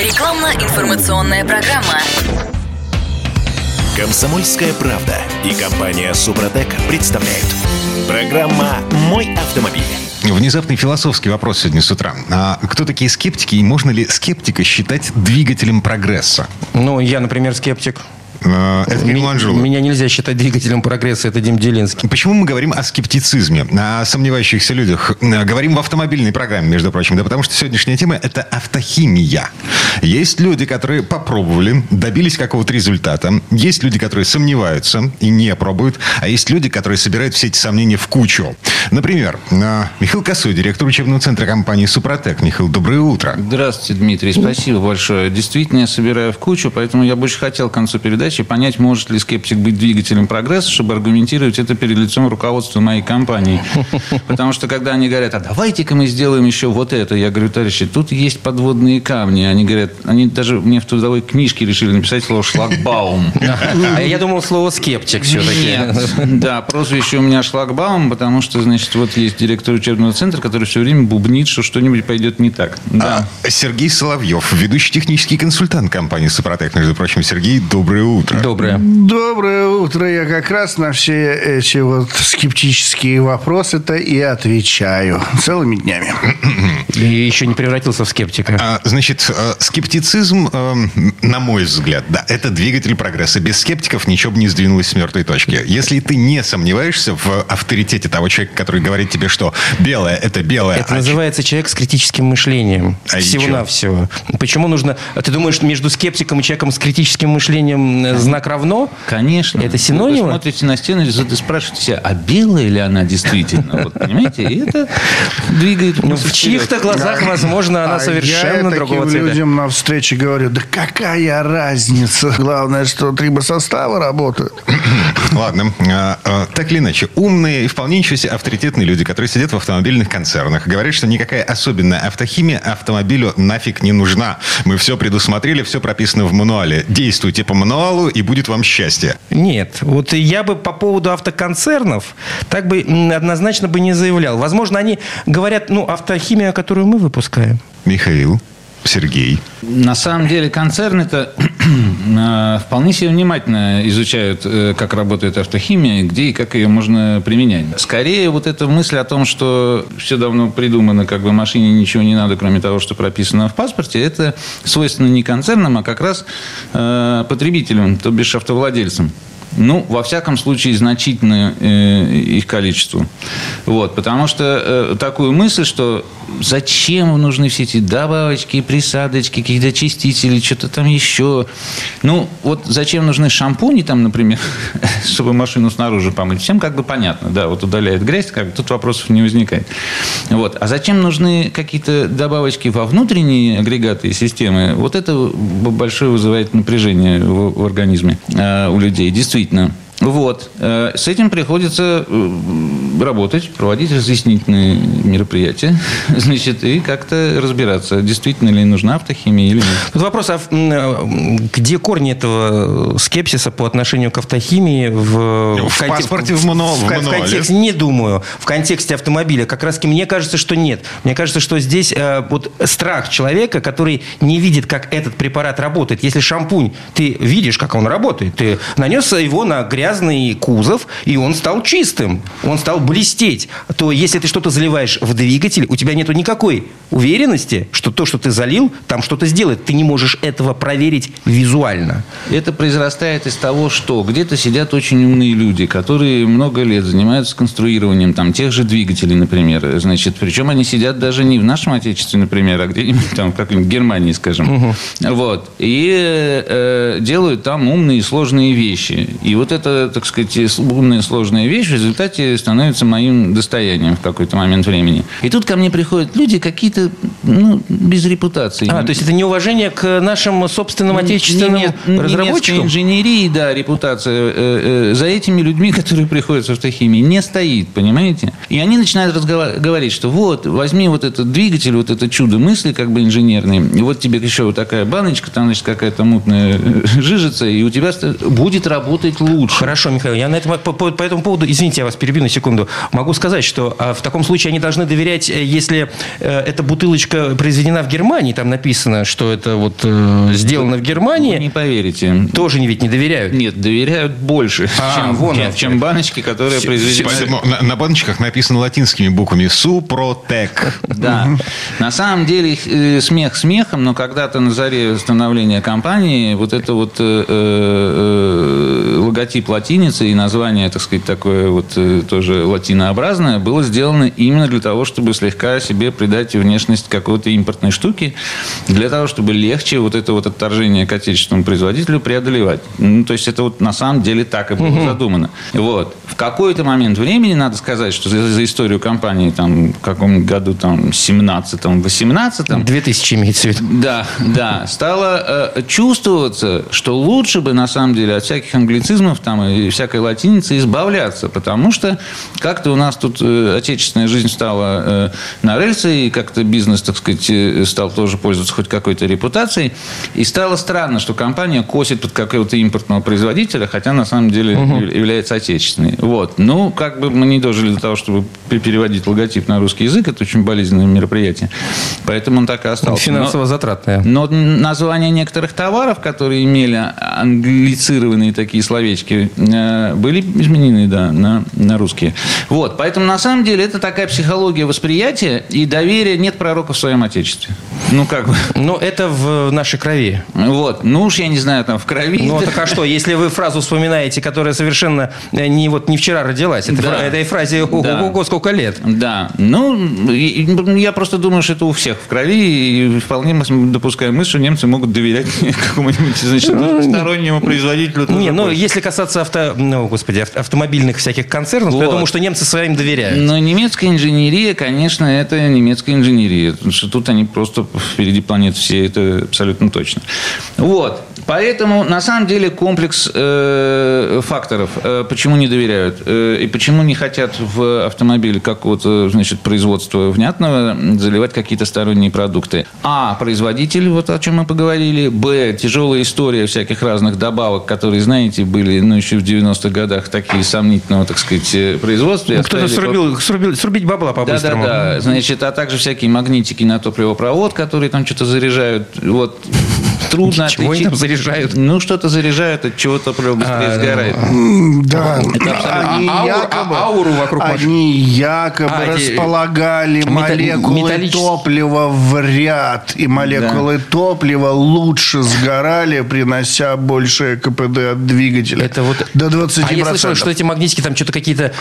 Рекламно-информационная программа. «Комсомольская правда» и компания «Супротек» представляют. Программа «Мой автомобиль». Внезапный философский вопрос сегодня с утра. Кто такие скептики и можно ли скептика считать двигателем прогресса? Ну, я, например, скептик. Это Михаил Анжелов. Меня нельзя считать двигателем прогресса, это Дим Делинский. Почему мы говорим о скептицизме, о сомневающихся людях? Говорим в автомобильной программе, между прочим, да потому что сегодняшняя тема – это автохимия. Есть люди, которые попробовали, добились какого-то результата. Есть люди, которые сомневаются и не пробуют. А есть люди, которые собирают все эти сомнения в кучу. Например, Михаил Косой, директор учебного центра компании «Супротек». Михаил, доброе утро. Здравствуйте, Дмитрий. Спасибо большое. Действительно, я собираю в кучу, поэтому я больше хотел к концу передачи понять, может ли скептик быть двигателем прогресса, чтобы аргументировать это перед лицом руководства моей компании. Потому что, когда они говорят, а давайте-ка мы сделаем еще вот это, я говорю, товарищи, тут есть подводные камни. Они говорят, они даже мне в трудовой книжке решили написать слово «шлагбаум». А я думал, слово «скептик» все-таки. Нет. Да, прозвище у меня «шлагбаум», потому что, значит, вот есть директор учебного центра, который все время бубнит, что что-нибудь пойдет не так. Да. Сергей Соловьев, ведущий технический консультант компании «Супротек». Между прочим, Сергей, доброе утро. Доброе. Доброе утро. Я как раз на все эти вот скептические вопросы-то и отвечаю целыми днями. И еще не превратился в скептика. Значит, скептицизм, на мой взгляд, да, это двигатель прогресса. Без скептиков ничего бы не сдвинулось с мертвой точки. Если ты не сомневаешься в авторитете того человека, который говорит тебе, что белое – это белое. Это называется человек с критическим мышлением. Всего-навсего. Почему нужно... Ты думаешь, между скептиком и человеком с критическим мышлением знак равно? Конечно. Это синонимы? Вы смотрите на стену и спрашиваете себя, а белая ли она действительно? Вот, понимаете? И это двигает... В чьих-то глазах, возможно, она совершенно другого цвета. Я таким людям на встрече говорю, да какая разница? Главное, что трибосоставы работают. Ладно. Так или иначе, умные и вполне ничего себе авторитетные люди, которые сидят в автомобильных концернах, говорят, что никакая особенная автохимия автомобилю нафиг не нужна. Мы все предусмотрели, все прописано в мануале. Действуйте по мануалу, и будет вам счастье. Нет. Вот я бы по поводу автоконцернов так бы однозначно бы не заявлял. Возможно, они говорят, автохимия, которую мы выпускаем. Михаил, Сергей. На самом деле концерны-то вполне себе внимательно изучают, как работает автохимия, где и как ее можно применять. Скорее, вот эта мысль о том, что все давно придумано, как бы машине ничего не надо, кроме того, что прописано в паспорте, это свойственно не концернам, а как раз потребителям, то бишь автовладельцам. Во всяком случае, значительное их количество. Вот, потому что такую мысль, что зачем нужны все эти добавочки, присадочки, какие-то очистители, что-то там еще. Вот зачем нужны шампуни там, например, чтобы машину снаружи помыть. Всем как бы понятно, да, вот удаляет грязь, тут вопросов не возникает. Вот. А зачем нужны какие-то добавочки во внутренние агрегаты и системы? Вот это большое вызывает напряжение в организме у людей. Действительно. Вот. С этим приходится работать, проводить разъяснительные мероприятия, и как-то разбираться, действительно ли нужна автохимия или нет. Тут вопрос, где корни этого скепсиса по отношению к автохимии в паспорте, в мануале? В контексте, не думаю. В контексте автомобиля. Как раз мне кажется, что нет. Мне кажется, что здесь страх человека, который не видит, как этот препарат работает. Если шампунь, ты видишь, как он работает. Ты нанес его на грязный кузов, и он стал чистым. Он стал блестеть. То если ты что-то заливаешь в двигатель, у тебя нету никакой уверенности, что то, что ты залил, там что-то сделает. Ты не можешь этого проверить визуально. Это произрастает из того, что где-то сидят очень умные люди, которые много лет занимаются конструированием тех же двигателей, например. Причем они сидят даже не в нашем отечестве, например, а где-нибудь там, в какой-нибудь Германии, скажем. Угу. Вот. И делают там умные и сложные вещи. И вот это, так сказать, умная и сложная вещь в результате становится моим достоянием в какой-то момент времени. И тут ко мне приходят люди какие-то, без репутации. То есть это неуважение к нашим собственным отечественным разработчикам? Немецкой инженерии, да, репутация за этими людьми, которые приходят с автохимией, не стоит, понимаете? И они начинают говорить, что вот, возьми вот этот двигатель, вот это чудо мысли, как бы инженерные, и вот тебе еще вот такая баночка, там, значит, какая-то мутная жижица, и у тебя будет работать лучше. Хорошо, Михаил, я по этому поводу, извините, я вас перебью на секунду, могу сказать, что в таком случае они должны доверять, если эта бутылочка произведена в Германии, там написано, что это вот сделано в Германии. Вы не поверите. Тоже ведь не доверяют. Нет, доверяют больше, чем баночки, которые произведены. Поэтому на баночках написано латинскими буквами «Супротек». Да. На самом деле смех смехом, но когда-то на заре становления компании вот это вот логотип латиницы и название, так сказать, такое вот тоже латинообразное было сделано именно для того, чтобы слегка себе придать внешность какой-то импортной штуки, для того, чтобы легче вот это вот отторжение к отечественному производителю преодолевать. Ну, то есть это вот на самом деле так и было задумано. Вот. В какой-то момент времени, надо сказать, что за историю компании там, в каком году, там, 17-м, 18-м... 2000 имеется в виду. Да. Стало чувствоваться, что лучше бы, на самом деле, от всяких англицизмов там, и всякой латиницы избавляться, потому что как-то у нас тут отечественная жизнь стала на рельсы, и как-то бизнес, так сказать, стал тоже пользоваться хоть какой-то репутацией, и стало странно, что компания косит под какого-то импортного производителя, хотя на самом деле является отечественной. Вот. Ну, как бы мы не дожили до того, чтобы переводить логотип на русский язык, это очень болезненное мероприятие. Поэтому он так и остался. Финансово затратное. Но названия некоторых товаров, которые имели англицированные такие словечки, были изменены, да, на русские. Вот. Поэтому, на самом деле, это такая психология восприятия, и доверия нет пророка в своем отечестве. Ну, как бы. Но это в нашей крови. Вот. Ну, уж я не знаю, там, в крови. Ну, так а что, если вы фразу вспоминаете, которая совершенно не вчера родилась, этой фразе ого-го, сколько лет. Да. Ну, я просто думаю, что это у всех в крови, и вполне допускаю мысль, что немцы могут доверять какому-нибудь, значит, стороннему производителю. Не, ну, если касаться автомобильных всяких концернов, то я думаю, что немцы своим доверяют. Но немецкая инженерия, конечно, это немецкая инженерия. Потому что тут они просто впереди планеты все, это абсолютно точно. Вот. Поэтому, на самом деле, комплекс факторов, почему не доверяют и почему не хотят в автомобиль какого-то, значит, производства внятного заливать какие-то сторонние продукты. А, производитель, вот о чем мы поговорили. Б, тяжелая история всяких разных добавок, которые, знаете, были, ну, еще в 90-х годах такие сомнительного, так сказать, производства. Ну, кто-то срубить бабла по-быстрому. Да. Значит, а также всякие магнитики на топливопровод, которые там что-то заряжают. Вот. Трудно отличить. Чего они там заряжают? Ну, что-то заряжают, от чего топливо быстрее сгорает. Да. Ауру вокруг машины. Они якобы располагали молекулы топлива в ряд. И молекулы топлива лучше сгорали, принося большее КПД от двигателя. Это вот... До 20%. А я слышал, что эти магнитики там что-то какие-то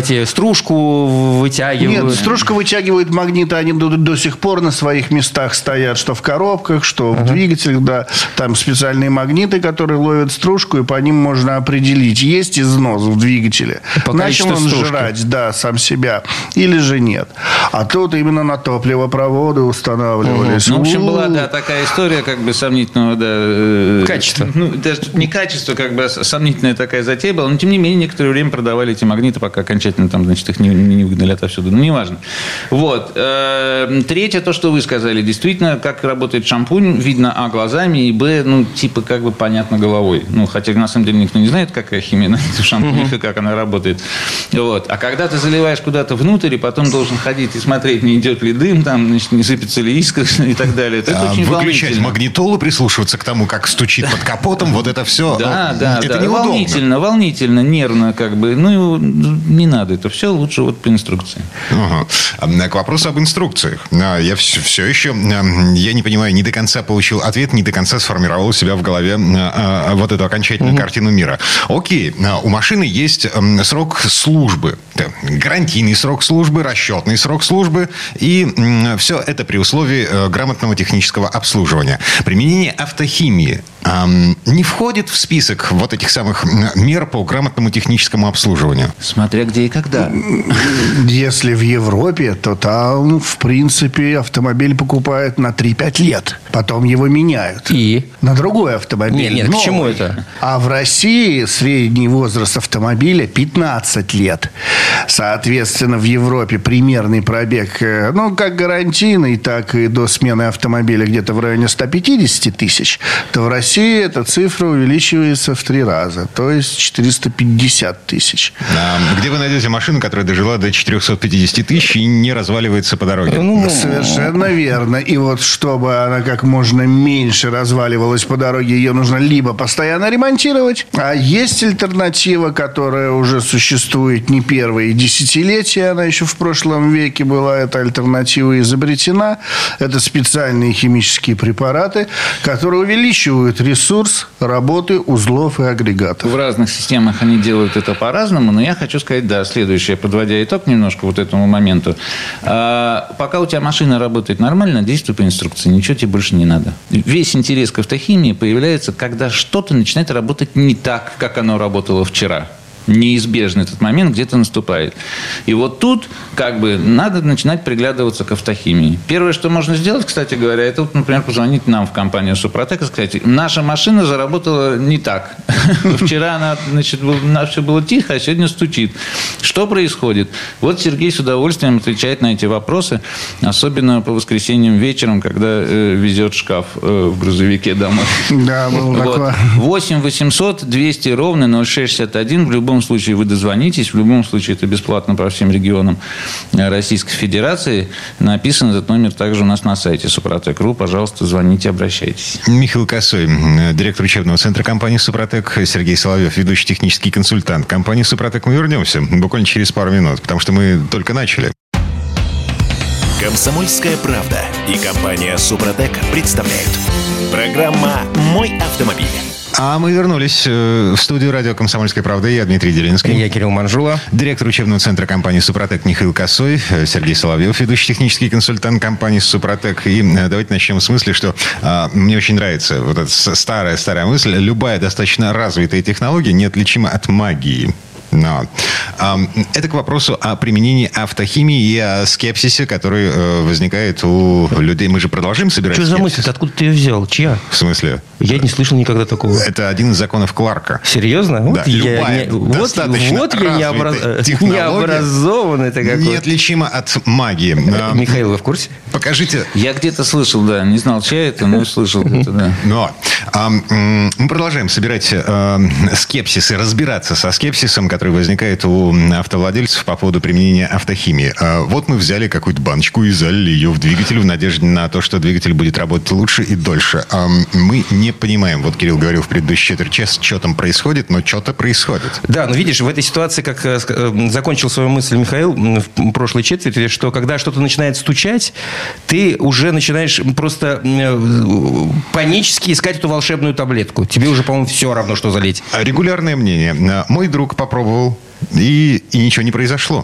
стружку вытягивают. Нет, стружку вытягивают магниты. Они до сих пор на своих местах стоят. Что в коробках, что в двигателях. Да. Там специальные магниты, которые ловят стружку, и по ним можно определить, есть износ в двигателе. Начал он жрать, да, сам себя, или же нет. А тут именно на топливопроводы устанавливались. Ну, в общем, была, да, такая история, как бы сомнительного, да, качества. Ну, даже не качество, как бы сомнительная такая затея была, но тем не менее некоторое время продавали эти магниты, пока окончательно там, значит, их не выгнали отовсюду. Ну, неважно. Вот. Третье, то, что вы сказали, действительно, как работает шампунь, видно, глазами, и б, ну, типа, как бы понятно головой. Ну, хотя, на самом деле, никто не знает, какая химия на шампунях и как она работает. Вот. А когда ты заливаешь куда-то внутрь, и потом должен ходить и смотреть, не идет ли дым, там, значит, не сыпется ли искра и так далее. Это очень выключать магнитолу, прислушиваться к тому, как стучит под капотом, вот это все. Да. Это неудобно. Волнительно, нервно, как бы. Ну, не надо это все, лучше вот по инструкции. К вопросу об инструкциях. Я все еще, я не понимаю, не до конца получил ответ, не до конца сформировал у себя в голове вот эту окончательную картину мира. Окей, у машины есть срок службы. Гарантийный срок службы, расчетный срок службы. И все это при условии грамотного технического обслуживания. Применение автохимии не входит в список вот этих самых мер по грамотному техническому обслуживанию? Смотря где и когда. Если в Европе, то там, в принципе, автомобиль покупают на 3-5 лет. Потом его меняют. И? На другой автомобиль. Нет, к чему это? А в России средний возраст автомобиля 15 лет. Соответственно, в Европе примерный пробег, ну, как гарантийный, так и до смены автомобиля где-то в районе 150 тысяч, то в России России эта цифра увеличивается в 3 раза, то есть 450 тысяч. Где вы найдете машину, которая дожила до 450 тысяч и не разваливается по дороге? Совершенно верно. И вот чтобы она как можно меньше разваливалась по дороге, ее нужно либо постоянно ремонтировать, а есть альтернатива, которая уже существует не первые десятилетия, она еще в прошлом веке была, эта альтернатива изобретена. Это специальные химические препараты, которые увеличивают ресурс работы узлов и агрегатов. В разных системах они делают это по-разному, но я хочу сказать, следующее, подводя итог немножко вот этому моменту. Пока у тебя машина работает нормально, действуй по инструкции, ничего тебе больше не надо. Весь интерес к автохимии появляется, когда что-то начинает работать не так, как оно работало вчера. Неизбежно этот момент где-то наступает. И вот тут надо начинать приглядываться к автохимии. Первое, что можно сделать, кстати говоря, это, например, позвонить нам в компанию «Супротек» и сказать: наша машина заработала не так. Вчера все было тихо, а сегодня стучит. Что происходит? Вот Сергей с удовольствием отвечает на эти вопросы, особенно по воскресеньям вечером, когда везет шкаф в грузовике домой. Да, было такое. 8 800 200 ровно 0661. В любом случае вы дозвонитесь. В любом случае это бесплатно по всем регионам Российской Федерации. Написан этот номер также у нас на сайте Супротек.ру. Пожалуйста, звоните, обращайтесь. Михаил Косой, директор учебного центра компании «Супротек», Сергей Соловьев, ведущий технический консультант компании «Супротек». Мы вернемся буквально через пару минут, потому что мы только начали. «Комсомольская правда» и компания «Супротек» представляют. Программа «Мой автомобиль». А мы вернулись в студию радио «Комсомольская правда». Я Дмитрий Делинский. Я Кирилл Манжула. Директор учебного центра компании «Супротек» Михаил Косой. Сергей Соловьев, ведущий технический консультант компании «Супротек». И давайте начнем с мысли, что мне очень нравится вот эта старая мысль. Любая достаточно развитая технология неотличима от магии. Но это к вопросу о применении автохимии и о скепсисе, который возникает у людей. Мы же продолжаем собирать Что скепсис. за мысль? Откуда ты ее взял? Чья? В смысле? Я не слышал никогда такого. Это один из законов Кларка. Серьезно? Да, любая достаточно развитая технология необразованный ты какой-то. неотличима от магии. Михаил, вы в курсе? Покажите. Я где-то слышал, не знал, чья это, но слышал где-то, да. Но мы продолжаем собирать скепсис и разбираться со скепсисом, который возникает у автовладельцев по поводу применения автохимии. Вот мы взяли какую-то баночку и залили ее в двигатель в надежде на то, что двигатель будет работать лучше и дольше. Мы не понимаем, вот Кирилл говорил в предыдущий четверть часа, что там происходит, но что-то происходит. Да, но видишь, в этой ситуации, как закончил свою мысль Михаил в прошлой четверти, что когда что-то начинает стучать, ты уже начинаешь просто панически искать эту волшебную таблетку. Тебе уже, по-моему, все равно, что залить. Регулярное мнение. Мой друг попробовал, и ничего не произошло.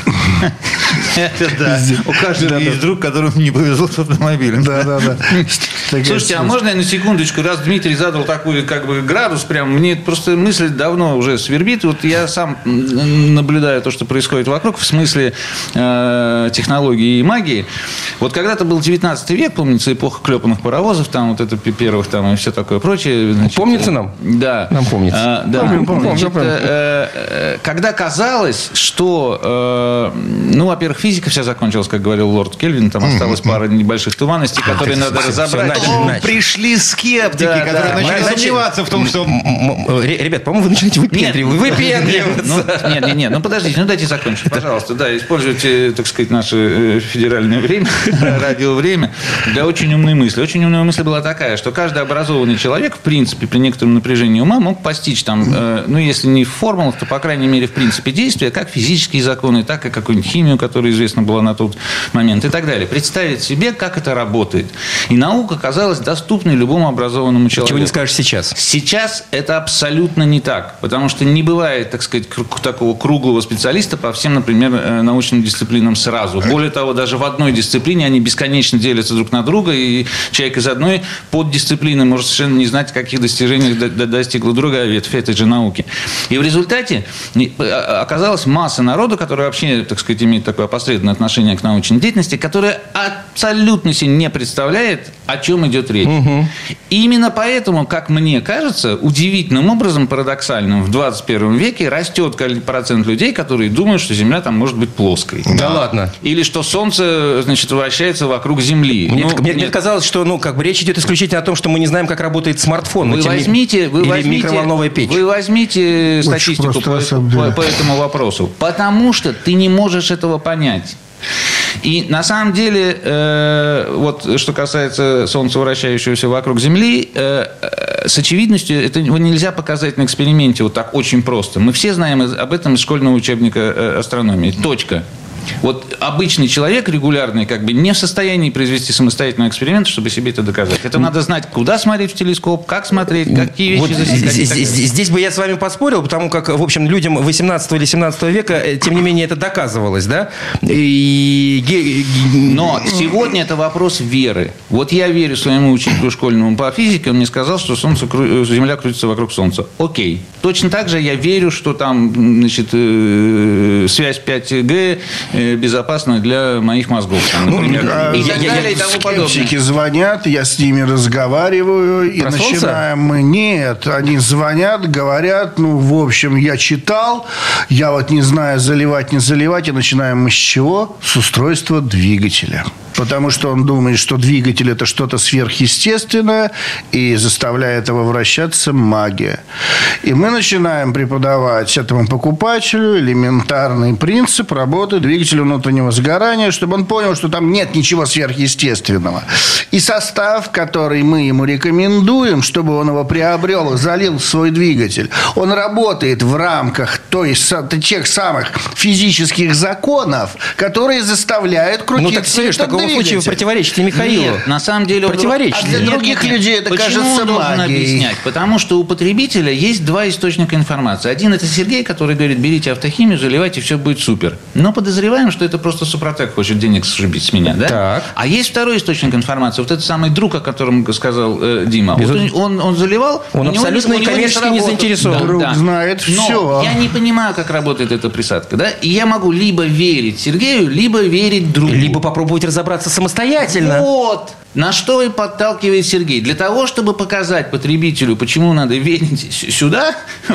Это да. У каждого есть друг, которому не повезло с автомобилем. Да. Слушайте, а можно я на секундочку, раз Дмитрий задал такой градус, прям мне просто мысль давно уже свербит. Вот я сам наблюдаю то, что происходит вокруг, в смысле технологии и магии. Вот когда-то был 19 век, помнится, эпоха клепанных паровозов, там вот это первых там и все такое прочее. Значит, помнится нам? Да. Нам помнится. Да. Помню. Когда казалось, что, во-первых, физика вся закончилась, как говорил лорд Кельвин, там осталась пара небольших туманностей, которые надо разобрать. Пришли скептики, которые начали сомневаться в том, что... Ребят, по-моему, вы начинаете выпендриваться. Нет, подождите, дайте закончить, пожалуйста. Да, используйте, так сказать, наше федеральное время, радиовремя, для очень умной мысли. Очень умная мысль была такая, что каждый образованный человек, в принципе, при некотором напряжении ума мог постичь там, если не в формулах, то, по крайней мере, в принципе действия, как физические законы, так и какую-нибудь химию, которая известна была на тот момент и так далее. Представить себе, как это работает. И наука казалась доступной любому образованному человеку. Чего не скажешь сейчас? Сейчас это абсолютно не так. Потому что не бывает, так сказать, такого круглого специалиста по всем, например, научным дисциплинам сразу. Более того, даже в одной дисциплине они бесконечно делятся друг на друга, и человек из одной поддисциплины может совершенно не знать, каких достижений достигла другая ветвь этой же науки. И в результате оказалась масса народу, который вообще, так сказать, имеет такое опосредованное отношение к научной деятельности, которая абсолютно себе не представляет, о чем идет речь. И именно поэтому, как мне кажется, удивительным образом, парадоксальным, в 21 веке растет процент людей, которые думают, что Земля там может быть плоской. Да ладно. Или что Солнце, значит, вращается вокруг Земли. Мне казалось, что речь идет исключительно о том, что мы не знаем, как работает смартфон. Вы возьмите микроволновая печь. Вы возьмите статистику по этому вопросу. Потому что ты не можешь этого понять. И на самом деле, вот что касается Солнца, вращающегося вокруг Земли, с очевидностью это нельзя показать на эксперименте вот так очень просто. Мы все знаем об этом из школьного учебника астрономии. Точка. Вот обычный человек регулярный как бы не в состоянии произвести самостоятельный эксперимент, чтобы себе это доказать. Это надо знать, куда смотреть в телескоп, как смотреть, какие вещи засекать. Здесь бы я с вами поспорил, потому как, в общем, людям 18 или 17 века, тем не менее, это доказывалось, да? Но сегодня это вопрос веры. Вот я верю своему учителю школьному по физике, он мне сказал, что Земля крутится вокруг Солнца. Окей. Точно так же я верю, что там, значит, связь 5G безопасно для моих мозгов, например. И так далее, и тому подобное. Скептики звонят, я с ними разговариваю, и начинаем мы... Нет, они звонят, говорят, в общем, я читал, я вот не знаю, заливать, не заливать, и начинаем мы с чего? С устройства двигателя. Потому что он думает, что двигатель – это что-то сверхъестественное, и заставляет его вращаться магия. И мы начинаем преподавать этому покупателю элементарный принцип работы двигателя внутреннего сгорания, чтобы он понял, что там нет ничего сверхъестественного. И состав, который мы ему рекомендуем, чтобы он его приобрел и залил в свой двигатель, он работает в рамках тех самых физических законов, которые заставляют крутиться этот двигатель. В таком случае вы противоречите Михаилу. Нет, на самом деле... Противоречите. А для других людей это кажется магией. Почему он должен объяснять? Потому что у потребителя есть два источника информации. Один – это Сергей, который говорит, берите автохимию, заливайте, все будет супер. Но подозреваем, что это просто Супротек хочет денег сшибить с меня. Да? Так. А есть второй источник информации. Вот этот самый друг, о котором сказал Дима. Вот он заливал... Он абсолютно коммерчески не заинтересован. Друг знает все. Но я не понимаю, как работает эта присадка. Да? И я могу либо верить Сергею, либо верить другу. Либо попробовать разобраться самостоятельно. Вот. На что и подталкивает Сергей. Для того, чтобы показать потребителю, почему надо верить сюда,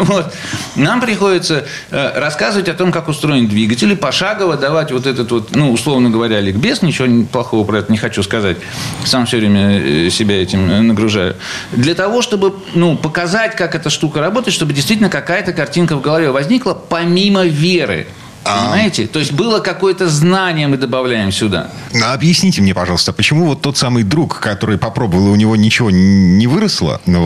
нам приходится рассказывать о том, как устроен двигатель, и пошагово давать вот этот вот, условно говоря, ликбез, ничего плохого про это не хочу сказать, сам все время себя этим нагружаю, для того, чтобы показать, как эта штука работает, чтобы действительно какая-то картинка в голове возникла помимо веры. Понимаете? То есть было какое-то знание, мы добавляем сюда. Объясните мне, пожалуйста, почему вот тот самый друг, который попробовал, и у него ничего не выросло, у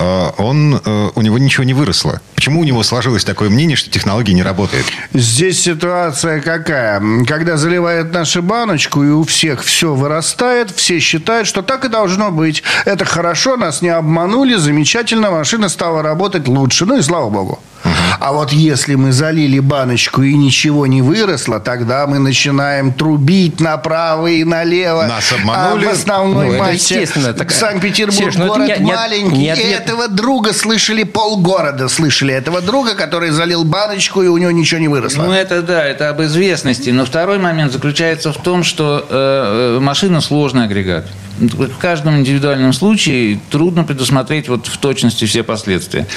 него ничего не выросло? Почему у него сложилось такое мнение, что технология не работает? Здесь ситуация какая? Когда заливают нашу баночку, и у всех все вырастает, все считают, что так и должно быть. Это хорошо, нас не обманули, замечательно, машина стала работать лучше. И слава богу. А вот если мы залили баночку и ничего не выросло, тогда мы начинаем трубить направо и налево. Нас обманули. А в основной массе Санкт-Петербург, город маленький. И этого друга слышали полгорода. Слышали этого друга, который залил баночку, и у него ничего не выросло. Это об известности. Но второй момент заключается в том, что машина сложный агрегат. В каждом индивидуальном случае трудно предусмотреть в точности все последствия.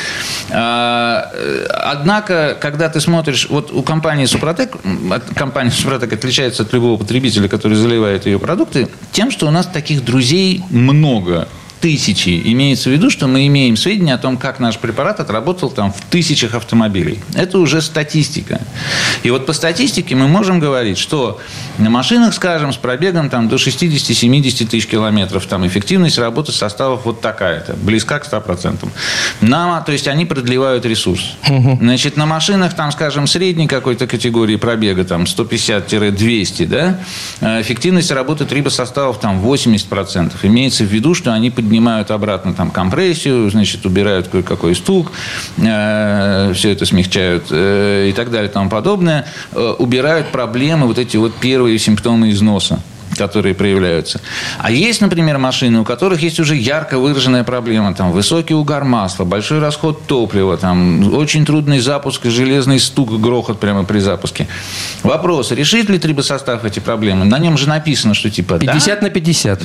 Однако, когда ты смотришь, у компании Супротек, компания Супротек отличается от любого потребителя, который заливает ее продукты, тем, что у нас таких друзей много. Тысячи. Имеется в виду, что мы имеем сведения о том, как наш препарат отработал в тысячах автомобилей. Это уже статистика. И по статистике мы можем говорить, что на машинах, скажем, с пробегом до 60-70 тысяч километров эффективность работы составов такая-то, близка к 100%. То есть они продлевают ресурс. Значит, на машинах, скажем, средней какой-то категории пробега, 150-200, да, эффективность работы трибосоставов 80%. Имеется в виду, что они поднимают обратно компрессию, значит, убирают кое-какой стук, все это смягчают и так далее и тому подобное, убирают проблемы, эти первые симптомы износа. которые проявляются. А есть, например, машины, у которых есть уже ярко выраженная проблема. Там высокий угар масла, большой расход топлива, там очень трудный запуск, железный стук, грохот прямо при запуске. Вопрос, решит ли трибосостав эти проблемы? На нем же написано, что типа 50 на 50.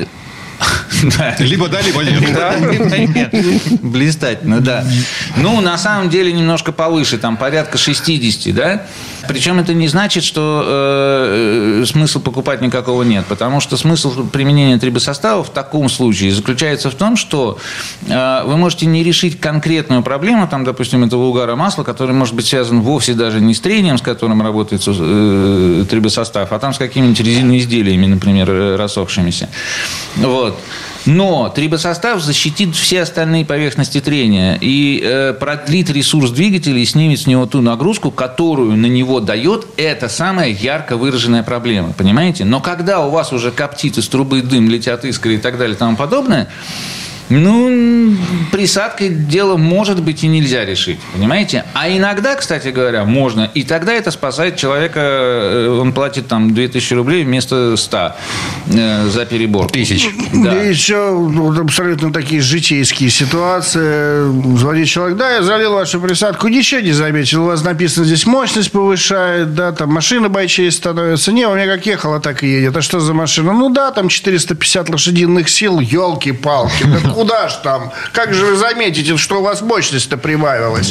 Либо да, либо нет. Блистательно, да. Ну, на самом деле, немножко повыше, там порядка 60, да? Причем это не значит, что смысла покупать никакого нет, потому что смысл применения трибосостава в таком случае заключается в том, что вы можете не решить конкретную проблему, там, допустим, этого угара масла, который может быть связан вовсе даже не с трением, с которым работает трибосостав, а там с какими-нибудь резиновыми изделиями, например, рассохшимися. Вот. Но трибосостав защитит все остальные поверхности трения и продлит ресурс двигателя и снимет с него ту нагрузку, которую на него дает эта самая ярко выраженная проблема. Понимаете? Но когда у вас уже коптит, из трубы дым, летят искры и так далее и тому подобное, ну, присадкой дело может быть и нельзя решить, понимаете? А иногда, кстати говоря, можно, и тогда это спасает человека, он платит там 2000 рублей вместо 100 за перебор. Тысяч. Да. И еще вот, абсолютно такие житейские ситуации. Звонит человек, да, я залил вашу присадку, ничего не заметил, у вас написано здесь мощность повышает, да, там машина бойчей становится. Не, у меня как ехала, так и едет. А что за машина? Ну да, там 450 лошадиных сил, елки-палки. Куда ж там? Как же вы заметите, что у вас мощность-то прибавилась?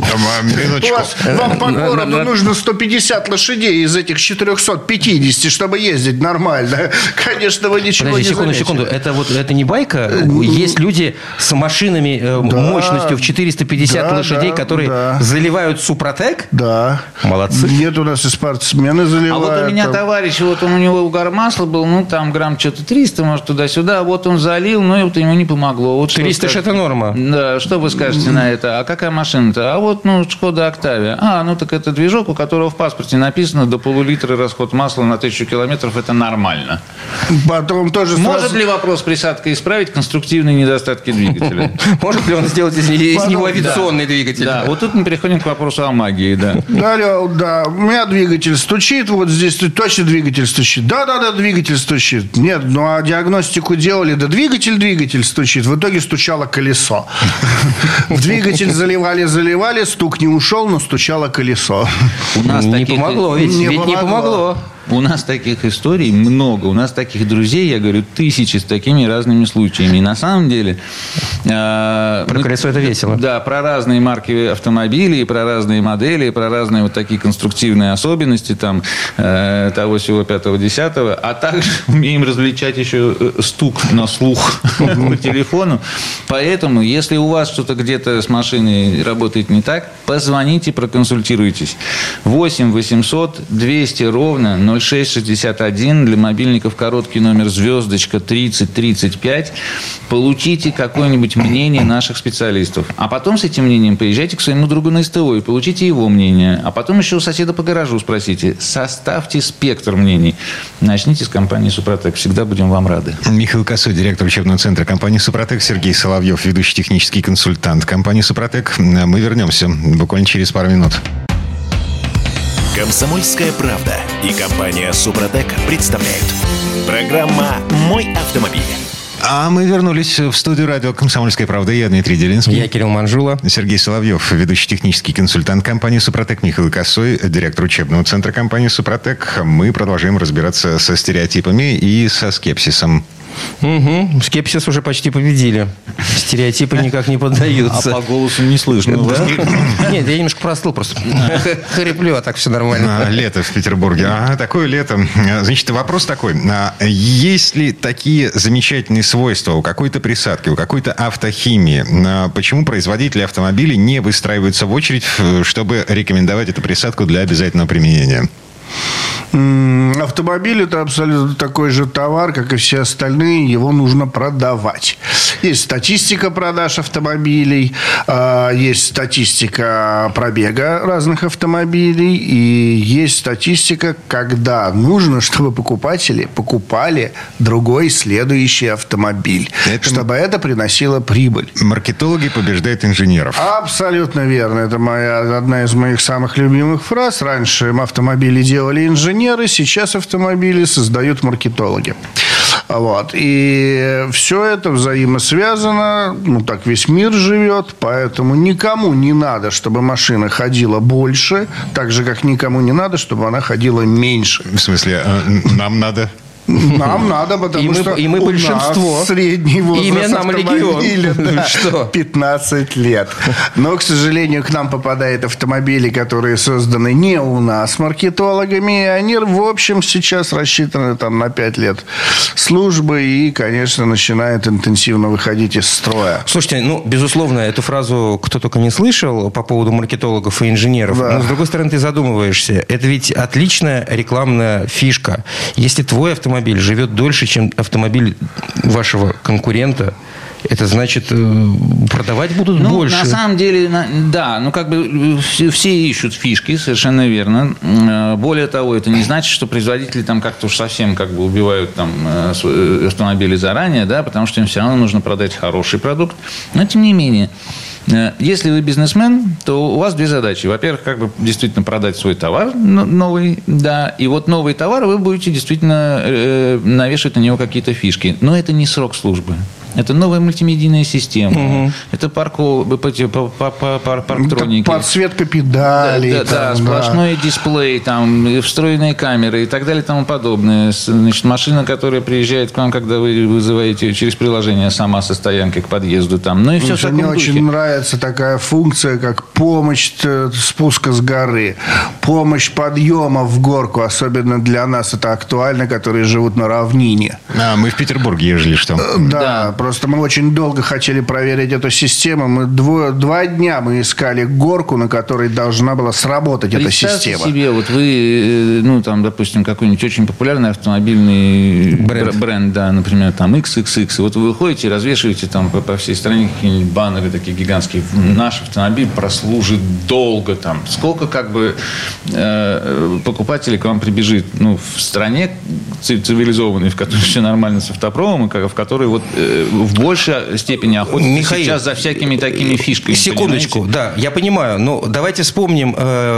Вам по городу нужно 150 лошадей из этих 450, чтобы ездить нормально. Конечно, вы ничего не заметите. Секунду. Это не байка? Есть люди с машинами мощностью в 450 лошадей, которые заливают Супротек? Да. Молодцы. Нет, у нас и спортсмены заливают. А вот у меня товарищ, вот у него угар масла был, ну, там грамм что-то 300, может, туда-сюда. Вот он залил, но это ему не помогло. Вот 300 – это норма. Да, что вы скажете на это? А какая машина-то? А вот, Шкода Октавия. Ну так это движок, у которого в паспорте написано до полулитра расход масла на 1000 километров. Это нормально. Потом тоже Может ли вопрос присадка исправить конструктивные недостатки двигателя? Может ли он сделать из него авиационный двигатель? Да, вот тут мы переходим к вопросу о магии, да. Да, у меня двигатель стучит, вот здесь точно двигатель стучит. Да, двигатель стучит. Нет, а диагностику делали, да двигатель стучит. В итоге стучало колесо. В двигатель заливали, стук не ушел, но стучало колесо. Не помогло, ведь не помогло. У нас таких историй много. У нас таких друзей, я говорю, тысячи с такими разными случаями. И на самом деле... Про колесо это весело. Да, про разные марки автомобилей, про разные модели, про разные вот такие конструктивные особенности там, того, всего, 5-10. А также умеем различать еще стук на слух по телефону. Поэтому, если у вас что-то где-то с машиной работает не так, позвоните, проконсультируйтесь. 8 800 200 ровно 0661, для мобильников короткий номер звездочка 3035. Получите какое-нибудь мнение наших специалистов. А потом с этим мнением поезжайте к своему другу на СТО и получите его мнение. А потом еще у соседа по гаражу спросите. Составьте спектр мнений. Начните с компании «Супротек». Всегда будем вам рады. Михаил Косой, директор учебного центра компании «Супротек», Сергей Соловьев, ведущий технический консультант компании «Супротек». Мы вернемся буквально через пару минут. «Комсомольская правда» и компания «Супротек» представляют. Программа «Мой автомобиль». А мы вернулись в студию радио «Комсомольская правда». Я Дмитрий Делинский. Я Кирилл Манжула. Сергей Соловьев, ведущий технический консультант компании «Супротек». Михаил Косой, директор учебного центра компании «Супротек». Мы продолжаем разбираться со стереотипами и со скепсисом. Угу. Скепсис уже почти победили. Стереотипы никак не поддаются. А по голосу не слышно. Да? Нет, я немножко простыл просто. Хриплю, а так все нормально. Лето в Петербурге. Такое лето. Значит, вопрос такой. Есть ли такие замечательные свойства у какой-то присадки, у какой-то автохимии? Почему производители автомобилей не выстраиваются в очередь, чтобы рекомендовать эту присадку для обязательного применения? Автомобиль – это абсолютно такой же товар, как и все остальные. Его нужно продавать. Есть статистика продаж автомобилей, есть статистика пробега разных автомобилей, и есть статистика, когда нужно, чтобы покупатели покупали другой следующий автомобиль, чтобы это приносило прибыль. Маркетологи побеждают инженеров. Абсолютно верно. Это одна из моих самых любимых фраз. Раньше автомобили делали инженеры, сейчас автомобили создают маркетологи. Вот. И все это взаимосвязано, так весь мир живет, поэтому никому не надо, чтобы машина ходила больше, так же, как никому не надо, чтобы она ходила меньше. В смысле, нам надо... Нам надо, потому что мы у большинство. нас средний возраст автомобиля 15 лет. Но, к сожалению, к нам попадают автомобили, которые созданы не у нас маркетологами. И они, в общем, сейчас рассчитаны на 5 лет службы и, конечно, начинают интенсивно выходить из строя. Слушайте, безусловно, эту фразу кто только не слышал по поводу маркетологов и инженеров. Да. Но, с другой стороны, ты задумываешься. Это ведь отличная рекламная фишка. Если твой автомобиль живет дольше, чем автомобиль вашего конкурента, это значит, продавать будут больше. На самом деле, да. Все ищут фишки, совершенно верно. Более того, это не значит, что производители там как-то уж совсем убивают автомобили заранее, да, потому что им все равно нужно продать хороший продукт. Но, тем не менее, если вы бизнесмен, то у вас две задачи. Во-первых, действительно продать свой товар новый, да, и вот новый товар вы будете действительно навешивать на него какие-то фишки. Но это не срок службы. Это новая мультимедийная система. Это парктроники. Подсветка педалей. Да, сплошной дисплей, встроенные камеры и так далее и тому подобное. Значит, машина, которая приезжает к вам, когда вы вызываете ее через приложение сама со стоянки к подъезду. Ну и все в таком Мне духе. очень нравится такая функция, как помощь спуска с горы, помощь подъема в горку. Особенно для нас это актуально, которые живут на равнине. Мы в Петербурге езжали, что? Да. Просто мы очень долго хотели проверить эту систему. Мы 2 дня мы искали горку, на которой должна была сработать эта система. Представьте себе, вот вы, допустим, какой-нибудь очень популярный автомобильный бренд, да, например, XXX. И вот вы выходите и развешиваете по всей стране какие-нибудь баннеры такие гигантские. Наш автомобиль прослужит долго. Сколько покупателей к вам прибежит в стране цивилизованной, в которой все нормально с автопромом, в которой в большей степени охотятся сейчас за всякими такими фишками. Секундочку, понимаете? Да, я понимаю. Но давайте вспомним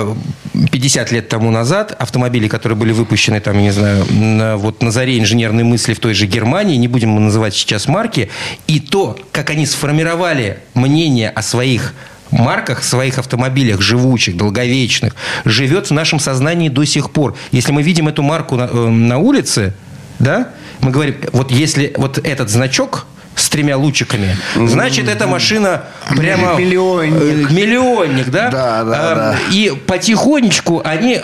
50 лет тому назад автомобили, которые были выпущены, на заре инженерной мысли в той же Германии, не будем называть сейчас марки, и то, как они сформировали мнение о своих марках, своих автомобилях, живучих, долговечных, живет в нашем сознании до сих пор. Если мы видим эту марку на улице, да, мы говорим, если этот значок с 3 лучиками, значит, эта машина прямо... Миллионник, да? Да. И потихонечку они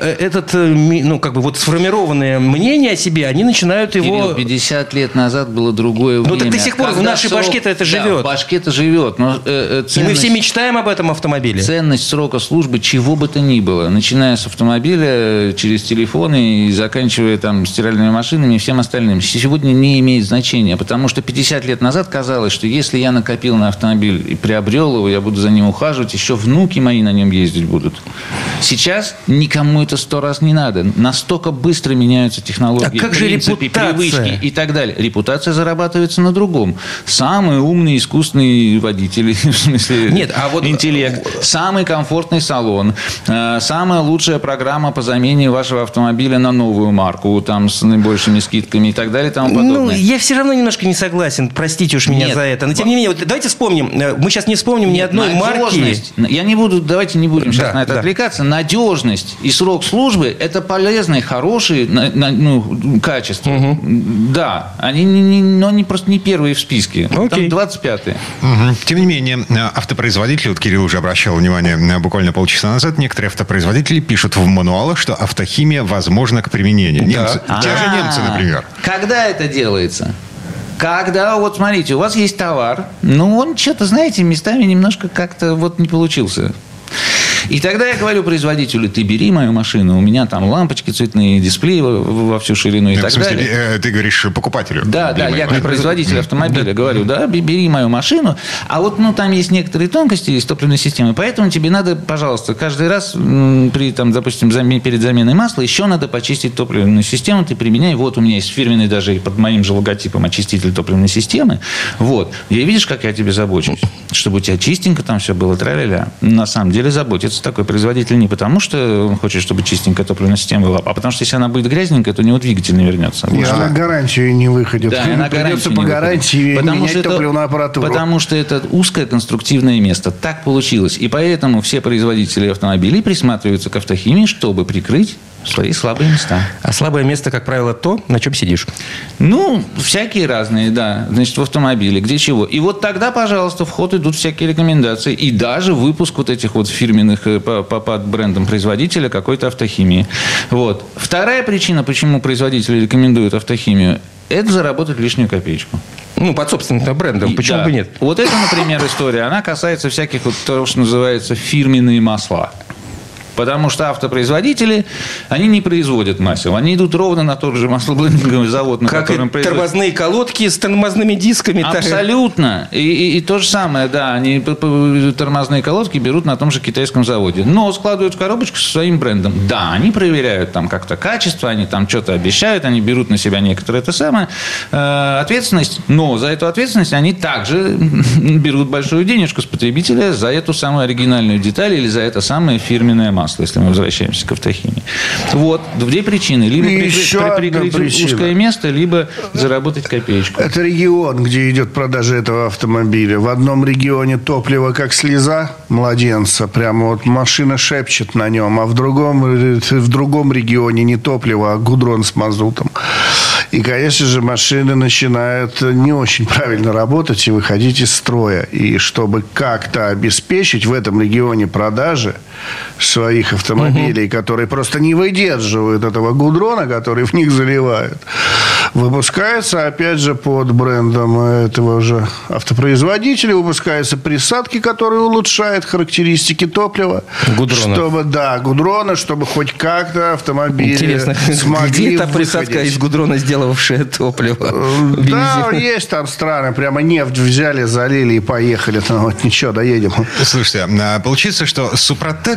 сформированное мнение о себе, они начинают его... 50 лет назад было другое время. Так до сих пор в нашей башке-то это живет. Да, в башке-то живет. Но и мы все мечтаем об этом автомобиле. Ценность срока службы чего бы то ни было, начиная с автомобиля, через телефоны и заканчивая стиральными машинами и всем остальным, сегодня не имеет значения, потому что 50 лет назад казалось, что если я накопил на автомобиль и приобрел его, я буду за ним ухаживать, еще внуки мои на нем ездить будут. Сейчас никому это 100 раз не надо. Настолько быстро меняются технологии, как принципы, же репутация? привычки и так далее. Репутация зарабатывается на другом. Самый умный, искусный водитель, в смысле интеллект, самый комфортный салон, самая лучшая программа по замене вашего автомобиля на новую марку, с наибольшими скидками и так далее и тому подобное. Я все равно немножко не согласен. Простите уж меня за это. Но тем не менее, давайте вспомним. Мы сейчас не вспомним ни одной марки. Давайте не будем сейчас на это отвлекаться. Надежность и срок службы – это полезные, хорошие качества. Да, они просто не первые в списке. Там 25-е. Тем не менее, автопроизводители, Кирилл уже обращал внимание буквально полчаса назад, некоторые автопроизводители пишут в мануалах, что автохимия возможна к применению. Те же немцы, например. Когда это делается? Когда, смотрите, у вас есть товар, он что-то, знаете, местами немножко как-то не получился. И тогда я говорю производителю: ты бери мою машину, у меня там лампочки цветные, дисплеи во всю ширину и так далее. Ты говоришь покупателю? Да, я как производитель автомобиля говорю: да, бери мою машину, а там есть некоторые тонкости из топливной системы, поэтому тебе надо, пожалуйста, каждый раз допустим, перед заменой масла еще надо почистить топливную систему, ты применяй, у меня есть фирменный даже под моим же логотипом очиститель топливной системы, И видишь, как я тебе забочусь, чтобы у тебя чистенько там все было, тра-ля-ля. На самом деле заботится находится такой производитель не потому, что он хочет, чтобы чистенькая топливная система была, а потому что если она будет грязненькая, то у него двигатель не вернется. И она гарантию не выходит. Да, она придется по гарантии менять топливную аппаратуру. Потому что это узкое конструктивное место. Так получилось. И поэтому все производители автомобилей присматриваются к автохимии, чтобы прикрыть свои слабые места. А слабое место, как правило, то, на чем сидишь. Ну, всякие разные, да. Значит, в автомобиле, где чего. И вот тогда, пожалуйста, в ход идут всякие рекомендации. И даже выпуск вот этих вот фирменных под брендом производителя какой-то автохимии. Вот. Вторая причина, почему производители рекомендуют автохимию, это заработать лишнюю копеечку. Ну, под собственным брендом. Почему бы нет? Вот это, например, история. Она касается всяких вот того, что называется фирменные масла. Потому что автопроизводители, они не производят масел. Они идут ровно на тот же маслоблендинговый завод, на котором производят. Как тормозные колодки с тормозными дисками. Абсолютно. И то же самое, да. Они тормозные колодки берут на том же китайском заводе. Но складывают в коробочку со своим брендом. Да, они проверяют там как-то качество, они там что-то обещают, они берут на себя некоторые ответственность. Но за эту ответственность они также берут большую денежку с потребителя за эту самую оригинальную деталь или за это самое фирменное масло, если мы возвращаемся к автохимии. Вот две причины. Либо прикрыть узкое место, либо заработать копеечку. Это регион, где идет продажа этого автомобиля. В одном регионе топливо как слеза младенца. Прямо вот машина шепчет на нем. А в другом регионе не топливо, а гудрон с мазутом. И, конечно же, машины начинают не очень правильно работать и выходить из строя. И чтобы как-то обеспечить в этом регионе продажи своих автомобилей, которые просто не выдерживают этого гудрона, который в них заливают, выпускается, опять же, под брендом этого же автопроизводителя, выпускаются присадки, которые улучшают характеристики топлива. Гудрона, чтобы хоть как-то автомобили смогли где та присадка из гудрона, сделавшая топливо? Да, есть там страны, прямо нефть взяли, залили и поехали. Ну, вот ничего, доедем. Слушайте, получается, что Супротек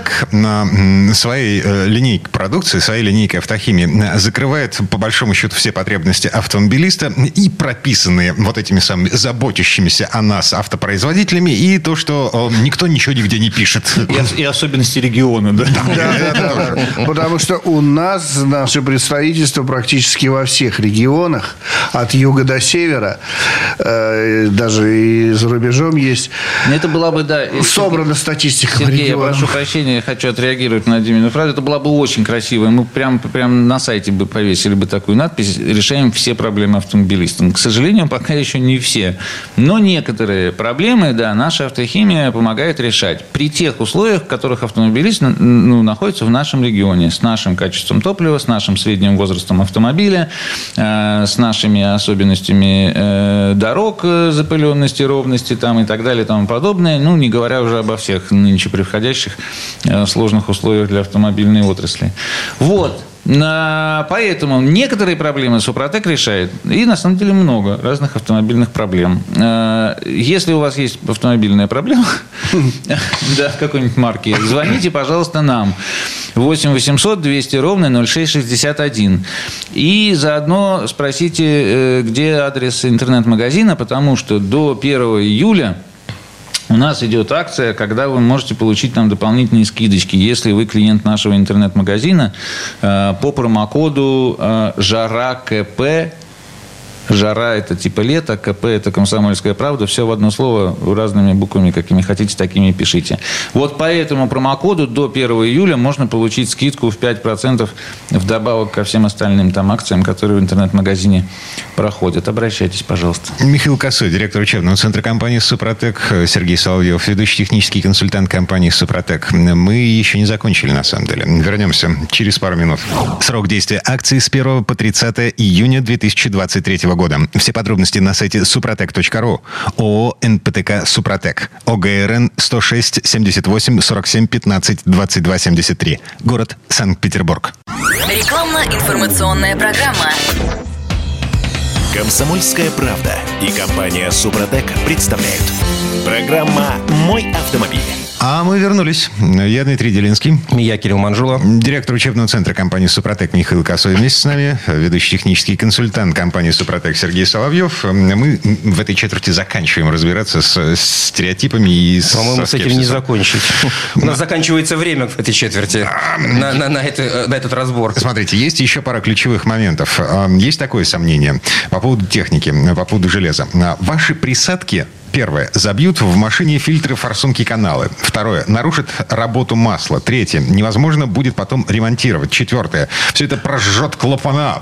своей линейкой продукции, своей линейкой автохимии закрывает, по большому счету, все потребности автомобилиста и прописанные вот этими самыми заботящимися о нас автопроизводителями, и то, что никто ничего нигде не пишет. И особенности региона, да? Да. Потому что у нас наше представительство практически во всех регионах, от юга до севера, даже и за рубежом есть. Это была бы, да. Собрана статистика. Сергей, я прошу прощения, хочу отреагировать на Димину фразу. Это была бы очень красиво. Мы прям на сайте бы повесили бы такую надпись: решаем все проблемы автомобилистов. К сожалению, пока еще не все. Но некоторые проблемы, да, наша автохимия помогает решать. При тех условиях, в которых автомобилист находится в нашем регионе. С нашим качеством топлива, с нашим средним возрастом автомобиля, с нашими особенностями дорог, запыленности, ровности там, и так далее и тому подобное. Ну, не говоря уже обо всех нынче превходящих сложных условиях для автомобильной отрасли. Вот. Поэтому некоторые проблемы Супротек решает. И на самом деле много разных автомобильных проблем. Если у вас есть автомобильная проблема, да, какой-нибудь марки, звоните, пожалуйста, нам. 8 800 200 ровно 0661. И заодно спросите, где адрес интернет-магазина, потому что до 1 июля у нас идет акция, когда вы можете получить там дополнительные скидочки, если вы клиент нашего интернет-магазина по промокоду ЖАРА-КП. Жара – это типа лето, КП – это комсомольская правда. Все в одно слово, разными буквами, какими хотите, такими пишите. Вот по этому промокоду до 1 июля можно получить скидку в 5% вдобавок ко всем остальным там акциям, которые в интернет-магазине проходят. Обращайтесь, пожалуйста. Михаил Косой, директор учебного центра компании «Супротек», Сергей Соловьев, ведущий технический консультант компании «Супротек». Мы еще не закончили, на самом деле. Вернемся через пару минут. Срок действия акции с 1 по 30 июня 2023 года. Все подробности на сайте suprotec.ru. ООО «НПТК Супротек». ОГРН 106 78 47 15 22 73. Город Санкт-Петербург. Рекламно-информационная программа. «Комсомольская правда» и компания «Супротек» представляют. Программа «Мой автомобиль». А А мы вернулись. Я Дмитрий Делинский. Я Кирилл Манжула. Директор учебного центра компании «Супротек» Михаил Косой вместе с нами. Ведущий технический консультант компании «Супротек» Сергей Соловьев. Мы в этой четверти заканчиваем разбираться с стереотипами и По-моему, с этим не закончить. У нас заканчивается время в этой четверти на этот разбор. Смотрите, есть еще пара ключевых моментов. Есть такое сомнение по поводу техники, по поводу железа. Ваши присадки, первое, забьют в машине фильтры, форсунки, каналы. Второе, нарушит работу масла. Третье, невозможно будет потом ремонтировать. Четвертое, все это прожжет клапана.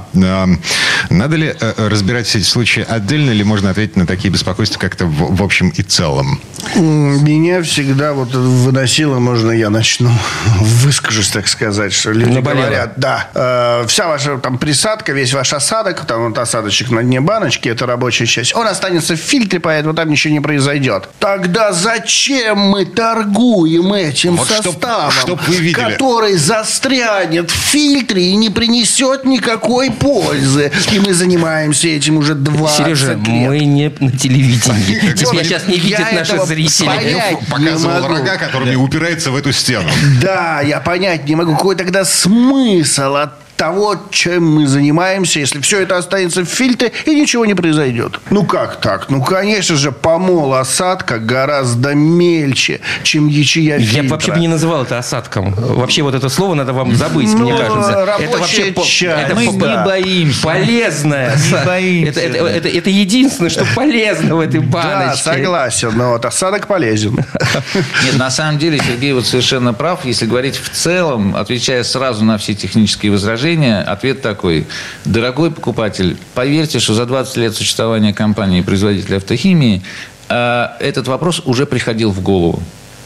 Надо ли разбирать все эти случаи отдельно, или можно ответить на такие беспокойства как-то в общем и целом? Меня всегда вот выносило, можно я начну, выскажусь, так сказать, что люди говорят, да, вся ваша там присадка, весь ваш осадок, там вот осадочек на дне баночки, это рабочая часть, он останется в фильтре, поэтому там ничего не произойдет. Тогда зачем мы торгуем этим вот составом, чтоб вы видели, который застрянет в фильтре и не принесет никакой пользы? И мы занимаемся этим уже 20 Сережа, лет. мы не на телевидении. Тебя сейчас не видят наши зрители. Показывал рога, которыми упирается в эту стену. Да, я понять не могу, какой тогда смысл от того, чем мы занимаемся, если все это останется в фильтре и ничего не произойдет. Ну как так? Ну, конечно же, помол осадка гораздо мельче, чем ячея фильтра. Я вообще бы не называл это осадком. Вообще вот это слово надо вам забыть, мне кажется. Это вообще мы не боимся. Полезное. Не боимся. Это единственное, что полезно в этой баночке. Да, согласен, но вот осадок полезен. Нет, на самом деле Сергей вот совершенно прав. Если говорить в целом, отвечая сразу на все технические возражения, ответ такой. Дорогой покупатель, поверьте, что за 20 лет существования компании производителя автохимии этот вопрос уже приходил в голову.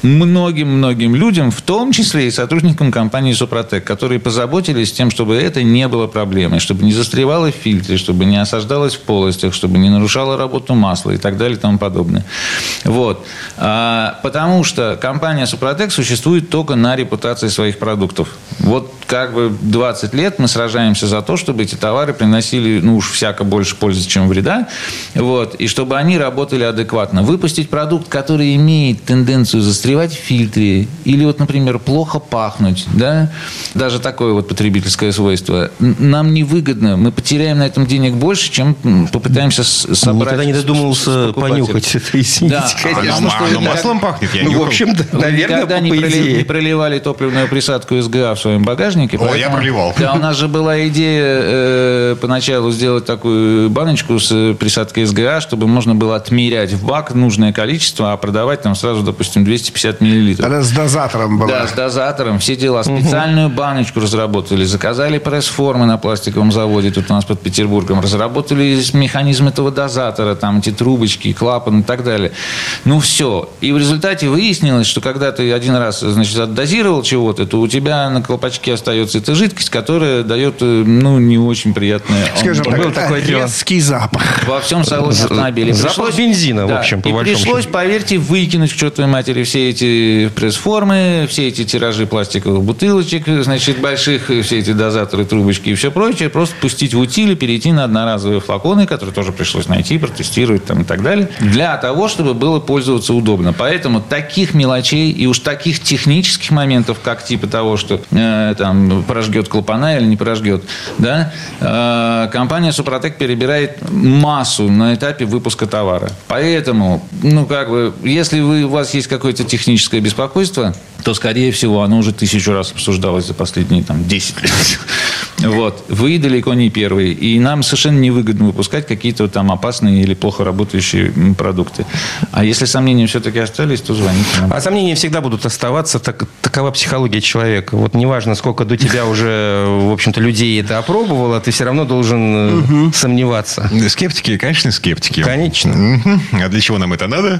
Многим людям, в том числе и сотрудникам компании «Супротек», которые позаботились тем, чтобы это не было проблемой, чтобы не застревало в фильтре, чтобы не осаждалось в полостях, чтобы не нарушало работу масла и так далее и тому подобное. Вот. Потому что компания «Супротек» существует только на репутации своих продуктов. Вот как бы 20 лет мы сражаемся за то, чтобы эти товары приносили, ну уж всяко больше пользы, чем вреда, вот, и чтобы они работали адекватно. Выпустить продукт, который имеет тенденцию застревать в фильтре, или вот, например, плохо пахнуть, да, даже такое вот потребительское свойство, нам невыгодно. Мы потеряем на этом денег больше, чем попытаемся собрать. Никогда не додумался понюхать это, извините. Да, Оно маслом пахнет, я нюхал. В общем, наверное, никогда не проливали топливную присадку СГА в своем багажнике. О, я проливал. Да, у нас же была идея поначалу сделать такую баночку с присадкой СГА, чтобы можно было отмерять в бак нужное количество, а продавать там сразу, допустим, 250 миллилитров. Она с дозатором была. Да, с дозатором. Все дела. Специальную баночку разработали. Заказали пресс-формы на пластиковом заводе тут у нас под Петербургом. Разработали механизм этого дозатора. Там эти трубочки, клапаны и так далее. Ну, все. И в результате выяснилось, что когда ты один раз, значит, отдозировал чего-то, то у тебя на колпачке остается эта жидкость, которая дает, ну, не очень приятное... Скажем так, был такое дело. резкий запах. Во всем салоне автомобиля. Запах бензина, в общем, по и большому пришлось, счету. поверьте, выкинуть к чертовой матери все эти пресс-формы, все эти тиражи пластиковых бутылочек, значит, больших, все эти дозаторы, трубочки и все прочее, просто пустить в утиль и перейти на одноразовые флаконы, которые тоже пришлось найти, протестировать там и так далее, для того, чтобы было пользоваться удобно. Поэтому таких мелочей и уж таких технических моментов, как типа того, что там прожгет клапана или не прожгет, да, компания «Супротек» перебирает массу на этапе выпуска товара. Поэтому, ну, как бы, если у вас есть какое-то техническое беспокойство, то, скорее всего, оно уже 1000 раз обсуждалось за последние там, 10 лет. Вот. Вы далеко не первые. И нам совершенно невыгодно выпускать какие-то там опасные или плохо работающие продукты. А если сомнения все-таки остались, то звоните нам. А сомнения всегда будут оставаться. Такова психология человека. Вот неважно, сколько до тебя уже, в общем-то, людей это опробовало, ты все равно должен сомневаться. Скептики, конечно, скептики. Конечно. А для чего нам это надо?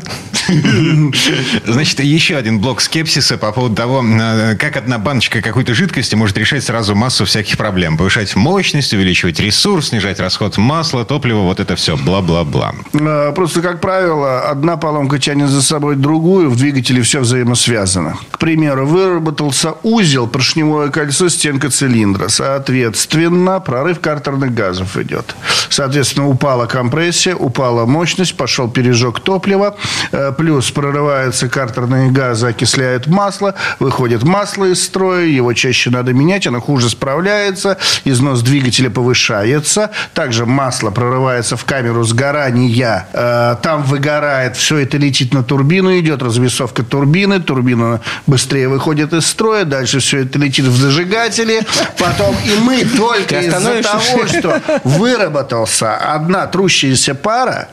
Значит, еще один блок скепсиса по поводу того, как одна баночка какой-то жидкости может решать сразу массу всяких проблем. там повышать мощность, увеличивать ресурс, снижать расход масла, топлива, вот это все, бла-бла-бла. Просто, как правило, одна поломка тянет за собой другую, в двигателе все взаимосвязано. К примеру, выработался узел, поршневое кольцо, стенка цилиндра. Соответственно, прорыв картерных газов идет. Соответственно, упала компрессия, упала мощность, пошел пережог топлива, плюс прорываются картерные газы, окисляют масло, выходит масло из строя, его чаще надо менять, оно хуже справляется, износ двигателя повышается, также масло прорывается в камеру сгорания, там выгорает, все это летит на турбину, идет развесовка турбины, турбина быстрее выходит из строя, дальше все это летит в зажигатели, потом и мы только из-за того, что выработалась одна трущаяся пара,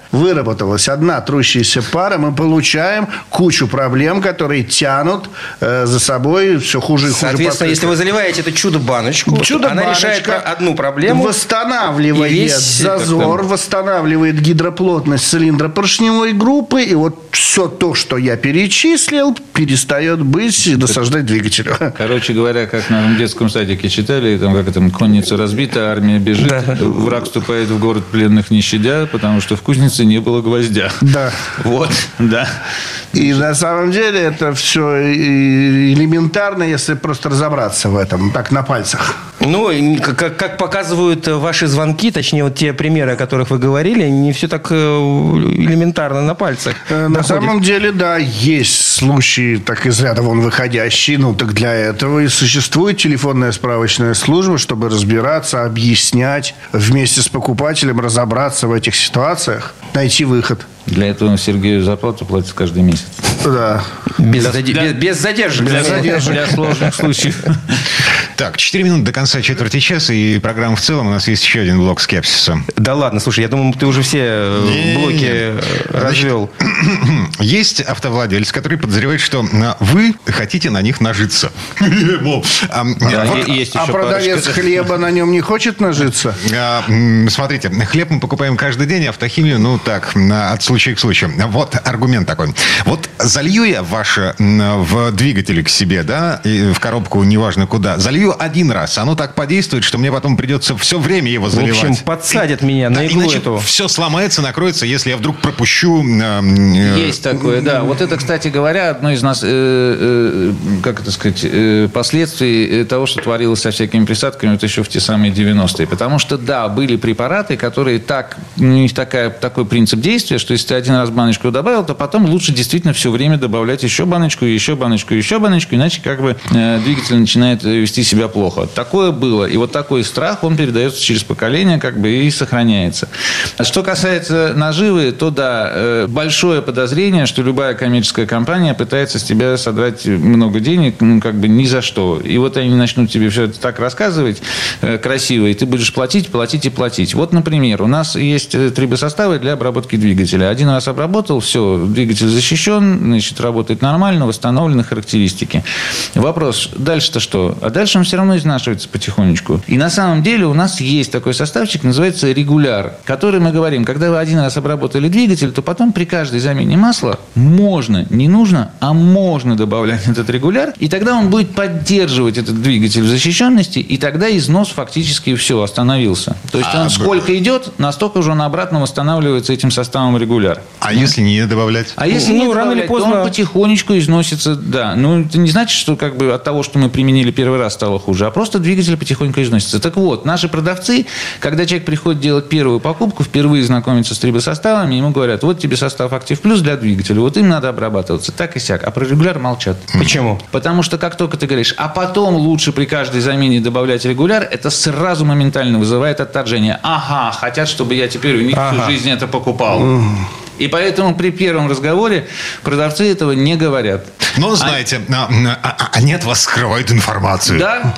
мы получаем кучу проблем, которые тянут за собой все хуже и хуже. Соответственно, если вы заливаете это чудо-баночку, она решает одну проблему. Восстанавливает зазор, восстанавливает гидроплотность цилиндра поршневой группы, и вот все то, что я перечислил, перестает быть и досаждать двигателю. Короче говоря, как в детском садике читали, там, как это, конница разбита, армия бежит, враг вступает в город пленных не щадя, потому что в кузнице не было гвоздя. Да. Вот, да. И на самом деле это все элементарно, если просто разобраться в этом, так на пальцах. Ну, как показывают ваши звонки, точнее, вот те примеры, о которых вы говорили, не все так элементарно на пальцах. На самом деле, да, есть случаи так из ряда вон выходящие. Ну, так для этого и существует телефонная справочная служба, чтобы разбираться, объяснять, вместе с покупателем разобраться в этих ситуациях, найти выход. Для этого Сергею зарплату платят каждый месяц. Да. Без задержек. Для сложных случаев. Так, 4 минуты до конца четверти часа, и программа в целом. У нас есть еще один блок скепсиса. Да ладно, слушай, я думал, ты уже все блоки развел. Есть автовладелец, который подозревает, что вы хотите на них нажиться. А продавец хлеба на нем не хочет нажиться? Смотрите, хлеб мы покупаем каждый день, автохимию, ну так, от случая к случаю. Вот аргумент такой. Вот залью я ваше в двигатель к себе, да, и в коробку, неважно куда, залью один раз, оно так подействует, что мне потом придется все время его заливать. В общем, подсадят меня на иглу эту. Все сломается, накроется, если я вдруг пропущу. Есть такое, да. Вот это, кстати говоря, одно из нас, как это сказать, последствий того, что творилось со всякими присадками вот еще в те самые 90-е. Потому что, да, были препараты, которые у них такой принцип действия, что если ты один раз баночку добавил, то потом лучше действительно все время добавлять еще баночку, еще баночку, еще баночку, иначе как бы двигатель начинает вести себя плохо. Такое было. И вот такой страх, он передается через поколение как бы и сохраняется. Что касается наживы, то да, большое подозрение, что любая коммерческая компания пытается с тебя содрать много денег, ну, как бы ни за что. И вот они начнут тебе все это так рассказывать красиво, и ты будешь платить, платить и платить. Вот, например, у нас есть трибосоставы для обработки двигателя. Один раз обработал, все, двигатель защищен, значит, работает нормально, восстановлены характеристики. Вопрос, дальше-то что? А дальше он все равно изнашивается потихонечку. И на самом деле у нас есть такой составчик, называется регуляр, который мы говорим, когда вы один раз обработали двигатель, то потом при каждой замене масла можно, не нужно, а можно добавлять этот регуляр, и тогда он будет поддерживать этот двигатель в защищенности, и тогда износ фактически все остановился. То есть он сколько идет, настолько уже он обратно восстанавливается этим составом регуляр. А если не добавлять? А если не добавлять, рано или поздно, то он потихонечку износится, да. Но это не значит, что как бы от того, что мы применили первый раз, стало хуже, а просто двигатель потихоньку износится. Так вот, наши продавцы, когда человек приходит делать первую покупку, впервые знакомиться с трибосоставами, ему говорят, вот тебе состав Актив Плюс для двигателя, вот им надо обрабатываться, так и сяк. А про регуляр молчат. Почему? Потому что как только ты говоришь, а потом лучше при каждой замене добавлять регуляр, это сразу моментально вызывает отторжение. Ага, хотят, чтобы я теперь у них всю жизнь это покупал. И поэтому при первом разговоре продавцы этого не говорят. Но, знаете, они от вас скрывают информацию.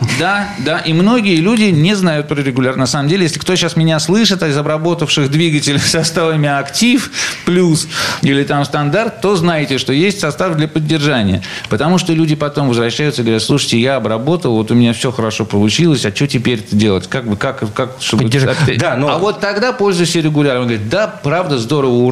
Да. И многие люди не знают про регуляр. На самом деле, если кто сейчас меня слышит из обработавших двигатель составами Актив Плюс или там Стандарт, то знаете, что есть состав для поддержания. Потому что люди потом возвращаются и говорят, слушайте, я обработал, вот у меня все хорошо получилось, а что теперь делать? Как чтобы... Да, но... А вот тогда пользуйся регуляром. Он говорит, да, правда, здорово, ура, потому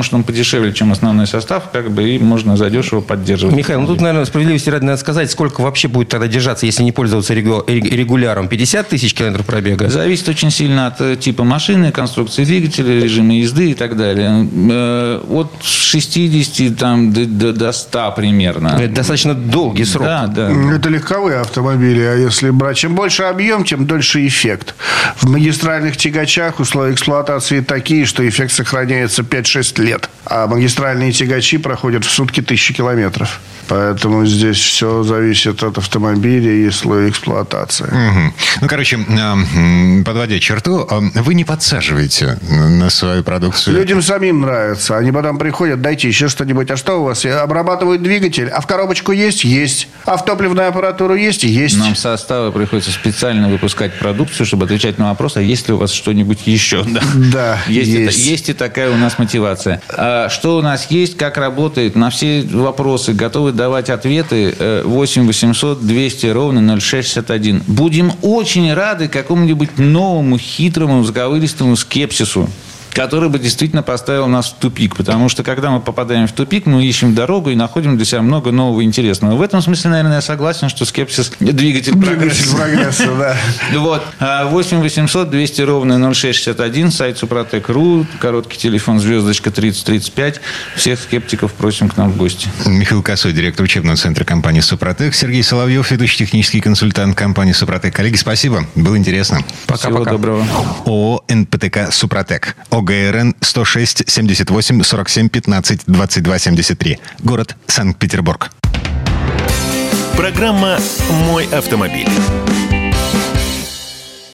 потому что он подешевле, чем основной состав, как бы, и можно задешево поддерживать. Михаил, ну тут, наверное, справедливости ради надо сказать, сколько вообще будет тогда держаться, если не пользоваться регуляром. 50 тысяч километров пробега? Зависит очень сильно от типа машины, конструкции двигателя, режима езды и так далее. От 60 до 100 примерно. Это достаточно долгий срок. Да. Это легковые автомобили, а если брать, чем больше объем, тем дольше эффект. В магистральных тягачах условия эксплуатации такие, что эффект сохраняется 5-6 лет. А магистральные тягачи проходят в сутки 1000 километров. Поэтому здесь все зависит от автомобиля и слоя эксплуатации. Угу. Ну, короче, подводя черту, вы не подсаживаете на свою продукцию. Людям самим нравится. Они потом приходят, дайте еще что-нибудь. А что у вас? Обрабатывают двигатель? А в коробочку есть? Есть. А в топливную аппаратуру есть? Есть. Нам в составы приходится специально выпускать продукцию, чтобы отвечать на вопрос, а есть ли у вас что-нибудь еще? Да, есть и такая у нас мотивация. Что у нас есть, как работает, на все вопросы готовы давать ответы. 8 800 200 ровно 0661. Будем очень рады какому-нибудь новому, хитрому, заковыристому скепсису, который бы действительно поставил нас в тупик. Потому что, когда мы попадаем в тупик, мы ищем дорогу и находим для себя много нового интересного. В этом смысле, наверное, я согласен, что скепсис – двигатель прогресса, да. Вот. 8 800 200 ровно 0661, сайт Супротек.ру, короткий телефон звездочка 3035. Всех скептиков просим к нам в гости. Михаил Косой, директор учебного центра компании «Супротек». Сергей Соловьев, ведущий технический консультант компании «Супротек». Коллеги, спасибо. Было интересно. Всего доброго. ООО «НПТК Супротек». ОГРН 106 78 47 15 22 73. Город Санкт-Петербург. Программа «Мой автомобиль».